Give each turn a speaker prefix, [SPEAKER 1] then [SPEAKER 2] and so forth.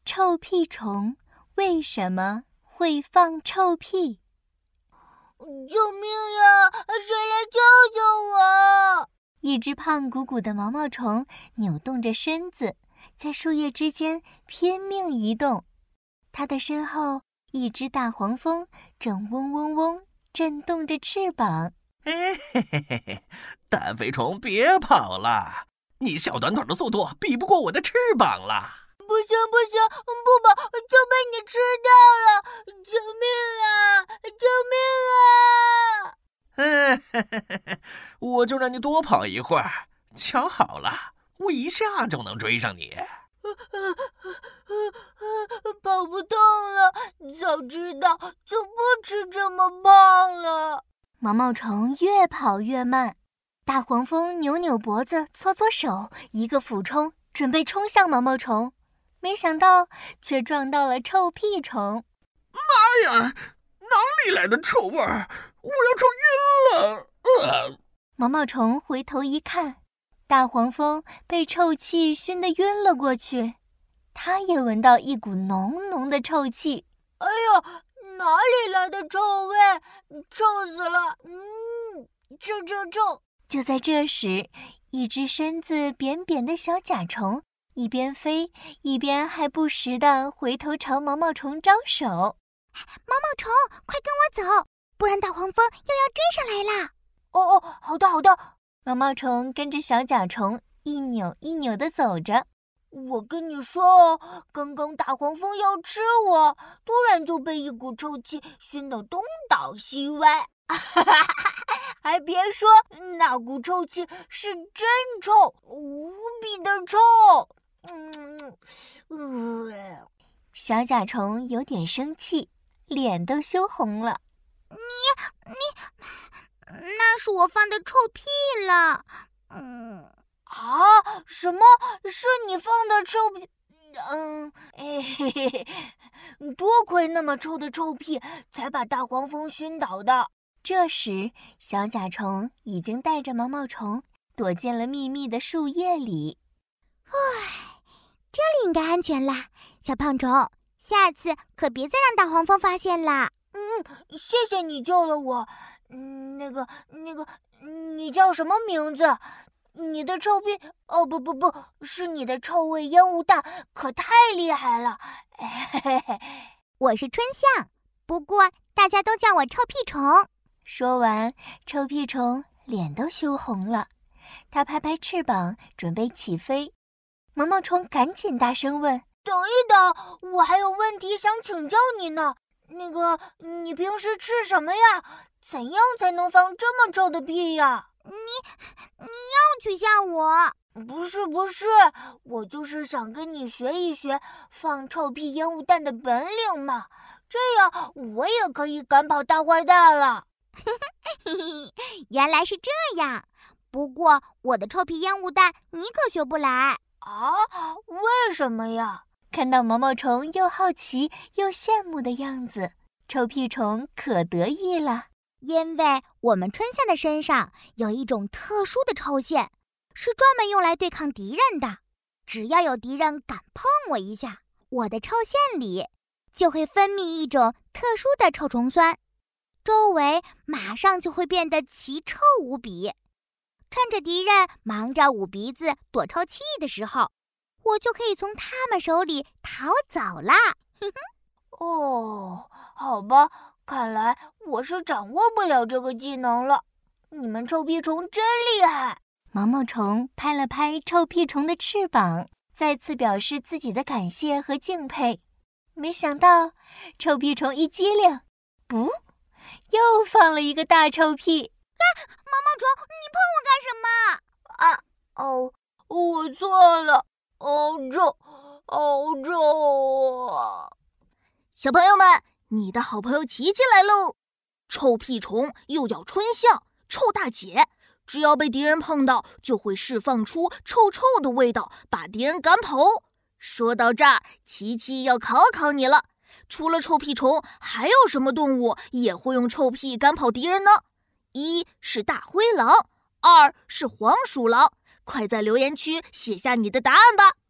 [SPEAKER 1] 臭屁虫为什么会放臭屁？
[SPEAKER 2] 救命呀！谁来救救我！
[SPEAKER 1] 一只胖鼓鼓的毛毛虫扭动着身子，在树叶之间拼命移动。它的身后，一只大黄蜂正嗡嗡嗡震动着翅膀。
[SPEAKER 3] 嘿嘿嘿嘿嘿，大肥虫别跑了，你小短短的速度比不过我的翅膀了。
[SPEAKER 2] 不行不行，不跑就被你吃掉了！救命啊！救
[SPEAKER 3] 命啊！我就让你多跑一会儿，瞧好了，我一下就能追上你。
[SPEAKER 2] 跑不动了，早知道就不吃这么胖了。
[SPEAKER 1] 毛毛虫越跑越慢，大黄蜂扭扭脖子，搓搓手，一个俯冲，准备冲向毛毛虫。没想到却撞到了臭屁虫。
[SPEAKER 3] 妈呀，哪里来的臭味儿？我要臭晕了！
[SPEAKER 1] 毛毛虫回头一看，大黄蜂被臭气熏得晕了过去，它也闻到一股浓浓的臭气。
[SPEAKER 2] 哎呦，哪里来的臭味？臭死了！臭！
[SPEAKER 1] 就在这时，一只身子扁扁的小甲虫一边飞一边还不时地回头朝毛毛虫招手。
[SPEAKER 4] 毛毛虫，快跟我走，不然大黄蜂又要追上来啦！
[SPEAKER 2] 哦，好的。
[SPEAKER 1] 毛毛虫跟着小甲虫一扭一扭地走着。
[SPEAKER 2] 我跟你说，刚刚大黄蜂要吃我，突然就被一股臭气熏得东倒西歪。还别说，那股臭气是真臭，无比的臭。
[SPEAKER 1] 小甲虫有点生气，脸都羞红了。
[SPEAKER 4] 那是我放的臭屁了。
[SPEAKER 2] 什么？是你放的臭屁？多亏那么臭的臭屁，才把大黄蜂熏倒的。
[SPEAKER 1] 这时，小甲虫已经带着毛毛虫躲进了密密的树叶里。
[SPEAKER 4] 这里应该安全啦，小胖虫，下次可别再让大黄蜂发现啦。
[SPEAKER 2] 谢谢你救了我。那个，你叫什么名字？你的臭屁……不，是你的臭味烟雾弹，可太厉害了。
[SPEAKER 4] 我是春象，不过大家都叫我臭屁虫。
[SPEAKER 1] 说完，臭屁虫脸都羞红了，它拍拍翅膀准备起飞。毛毛虫赶紧大声问：
[SPEAKER 2] 等一等，我还有问题想请教你呢。你平时吃什么呀？怎样才能放这么臭的屁呀？
[SPEAKER 4] 你又取笑我？
[SPEAKER 2] 不是，我就是想跟你学一学放臭屁烟雾弹的本领嘛，这样我也可以赶跑大坏蛋了。
[SPEAKER 4] 原来是这样，不过我的臭屁烟雾弹你可学不来。
[SPEAKER 2] 为什么呀？
[SPEAKER 1] 看到毛毛虫又好奇又羡慕的样子，臭屁虫可得意了。
[SPEAKER 4] 因为我们春象的身上有一种特殊的臭腺，是专门用来对抗敌人的。只要有敌人敢碰我一下，我的臭腺里就会分泌一种特殊的臭虫酸，周围马上就会变得奇臭无比。趁着敌人忙着捂鼻子躲臭气的时候，我就可以从他们手里逃走啦。
[SPEAKER 2] 好吧，看来我是掌握不了这个技能了。你们臭屁虫真厉害！
[SPEAKER 1] 毛毛虫拍了拍臭屁虫的翅膀，再次表示自己的感谢和敬佩。没想到，臭屁虫一激灵，噗，又放了一个大臭屁。
[SPEAKER 4] 毛毛虫，你碰我干什么？
[SPEAKER 2] 我错了，好臭啊！
[SPEAKER 5] 小朋友们，你的好朋友琪琪来喽！臭屁虫又叫春象、臭大姐，只要被敌人碰到，就会释放出臭臭的味道，把敌人赶跑。说到这儿，琪琪要考考你了，除了臭屁虫，还有什么动物也会用臭屁赶跑敌人呢？一是大灰狼，二是黄鼠狼。快在留言区写下你的答案吧！